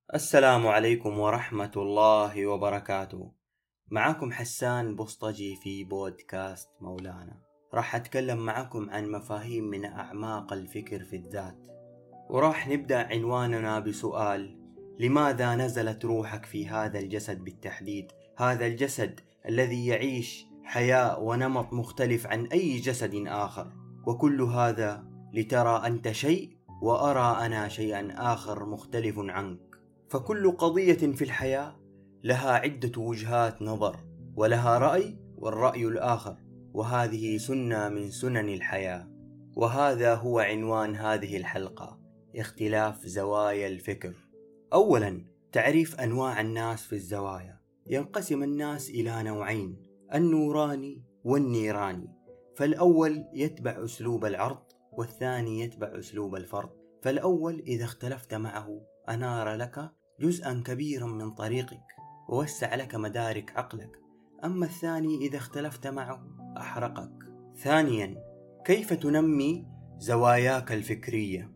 السلام عليكم ورحمة الله وبركاته. معكم حسان بسطجي في بودكاست مولانا. راح أتكلم معكم عن مفاهيم من أعماق الفكر في الذات، وراح نبدأ عنواننا بسؤال: لماذا نزلت روحك في هذا الجسد بالتحديد؟ هذا الجسد الذي يعيش حياة ونمط مختلف عن أي جسد آخر، وكل هذا لترى أنت شيء وأرى أنا شيئا آخر مختلف عنك. فكل قضية في الحياة لها عدة وجهات نظر، ولها رأي والرأي الآخر، وهذه سنة من سنن الحياة. وهذا هو عنوان هذه الحلقة: اختلاف زوايا الفكر. أولا، تعريف أنواع الناس في الزوايا. ينقسم الناس إلى نوعين: النوراني والنيراني. فالأول يتبع أسلوب العرض، والثاني يتبع أسلوب الفرض. فالأول إذا اختلفت معه أنار لك جزءا كبيرا من طريقك ووسع لك مدارك عقلك، أما الثاني إذا اختلفت معه أحرقك. ثانيا، كيف تنمي زواياك الفكرية؟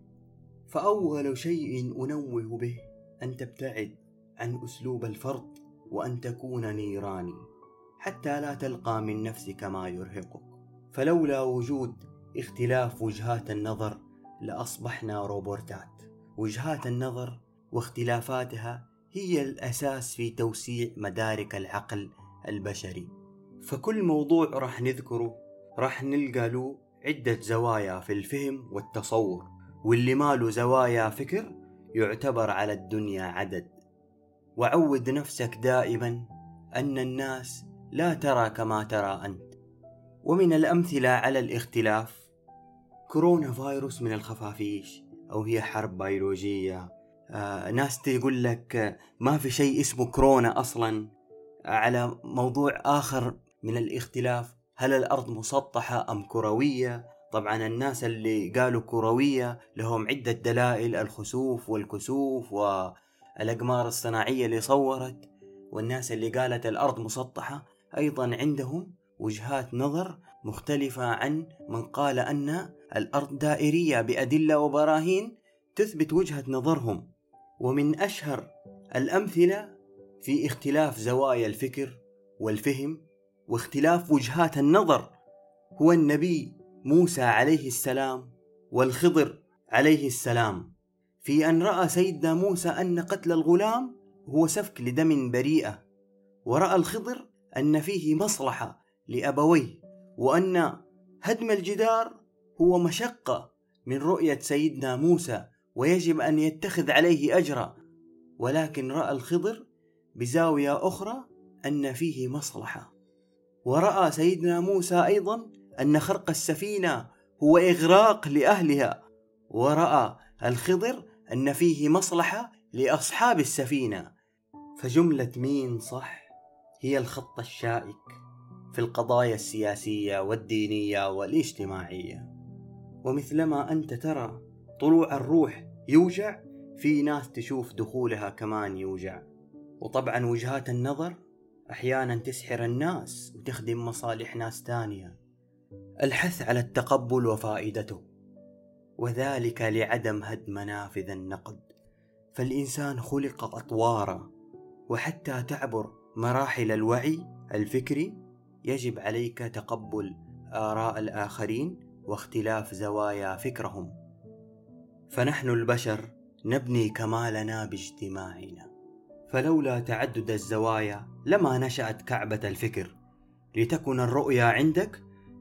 فأول شيء أنوه به أن تبتعد عن أسلوب الفرض، وأن تكون نيراني حتى لا تلقى من نفسك ما يرهقك. فلولا وجود اختلاف وجهات النظر لأصبحنا روبوتات. وجهات النظر واختلافاتها هي الأساس في توسيع مدارك العقل البشري. فكل موضوع راح نذكره راح نلقى له عدة زوايا في الفهم والتصور، واللي ما له زوايا فكر يعتبر على الدنيا عدد. وعود نفسك دائما أن الناس لا ترى كما ترى أنت. ومن الأمثلة على الاختلاف: كورونا فيروس من الخفافيش، أو هي حرب بيولوجية. ناس تقول لك ما في شيء اسمه كورونا أصلا. على موضوع آخر من الاختلاف: هل الأرض مسطحة أم كروية؟ طبعا الناس اللي قالوا كروية لهم عدة دلائل: الخسوف والكسوف والأقمار الصناعية اللي صورت. والناس اللي قالت الأرض مسطحة أيضا عندهم وجهات نظر مختلفة عن من قال أن الأرض دائرية بأدلة وبراهين تثبت وجهة نظرهم. ومن أشهر الأمثلة في اختلاف زوايا الفكر والفهم واختلاف وجهات النظر هو النبي موسى عليه السلام والخضر عليه السلام، في أن رأى سيدنا موسى أن قتل الغلام هو سفك لدم بريئة، ورأى الخضر أن فيه مصلحة لأبويه، وأن هدم الجدار هو مشقة من رؤية سيدنا موسى ويجب أن يتخذ عليه أجرا. ولكن رأى الخضر بزاوية أخرى أن فيه مصلحة. ورأى سيدنا موسى أيضا أن خرق السفينة هو إغراق لأهلها، ورأى الخضر أن فيه مصلحة لأصحاب السفينة. فجملة مين صح هي الخط الشائك في القضايا السياسية والدينية والاجتماعية. ومثلما أنت ترى طلوع الروح يوجع، في ناس تشوف دخولها كمان يوجع. وطبعا وجهات النظر أحيانا تسحر الناس وتخدم مصالح ناس تانية. الحث على التقبل وفائدته، وذلك لعدم هدم منافذ النقد. فالإنسان خلق أطوارا، وحتى تعبر مراحل الوعي الفكري يجب عليك تقبل آراء الآخرين واختلاف زوايا فكرهم. فنحن البشر نبني كمالنا باجتماعنا، فلولا تعدد الزوايا لما نشأت كعبة الفكر، لتكن الرؤية عندك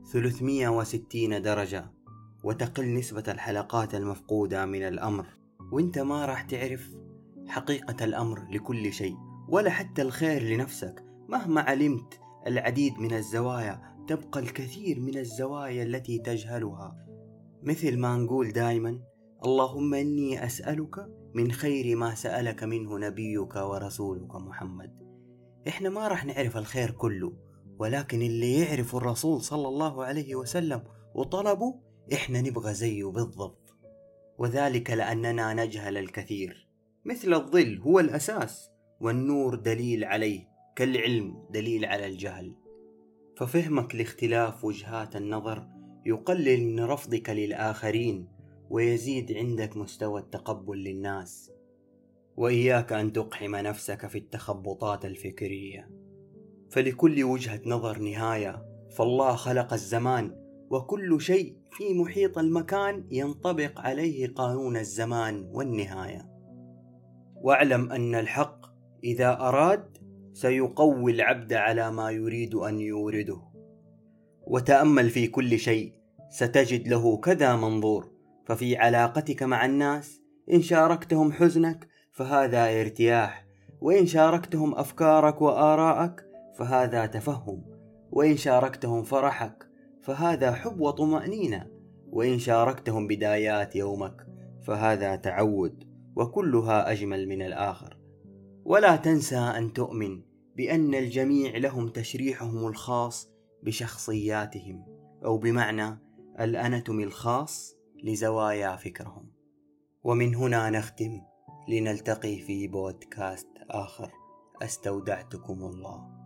360 درجة، وتقل نسبة الحلقات المفقودة من الأمر. وانت ما راح تعرف حقيقة الأمر لكل شيء، ولا حتى الخير لنفسك. مهما علمت العديد من الزوايا تبقى الكثير من الزوايا التي تجهلها. مثل ما نقول دائما: اللهم إني أسألك من خير ما سألك منه نبيك ورسولك محمد. إحنا ما راح نعرف الخير كله، ولكن اللي يعرف الرسول صلى الله عليه وسلم وطلبه إحنا نبغى زيه بالضبط. وذلك لأننا نجهل الكثير. مثل الظل هو الأساس، والنور دليل عليه، كالعلم دليل على الجهل. ففهمك لاختلاف وجهات النظر يقلل من رفضك للآخرين، ويزيد عندك مستوى التقبل للناس. وإياك أن تقحم نفسك في التخبطات الفكرية، فلكل وجهة نظر نهاية، فالله خلق الزمان، وكل شيء في محيط المكان ينطبق عليه قانون الزمان والنهاية. واعلم أن الحق إذا أراد سيقوي العبد على ما يريد أن يورده. وتأمل في كل شيء ستجد له كذا منظور، ففي علاقتك مع الناس إن شاركتهم حزنك فهذا ارتياح، وإن شاركتهم أفكارك وآراءك فهذا تفهم، وإن شاركتهم فرحك فهذا حب وطمأنينة، وإن شاركتهم بدايات يومك فهذا تعود، وكلها أجمل من الآخر. ولا تنسى أن تؤمن بأن الجميع لهم تشريحهم الخاص بشخصياتهم، أو بمعنى الأناتومي الخاص لزوايا فكرهم. ومن هنا نختم، لنلتقي في بودكاست آخر. أستودعتكم الله.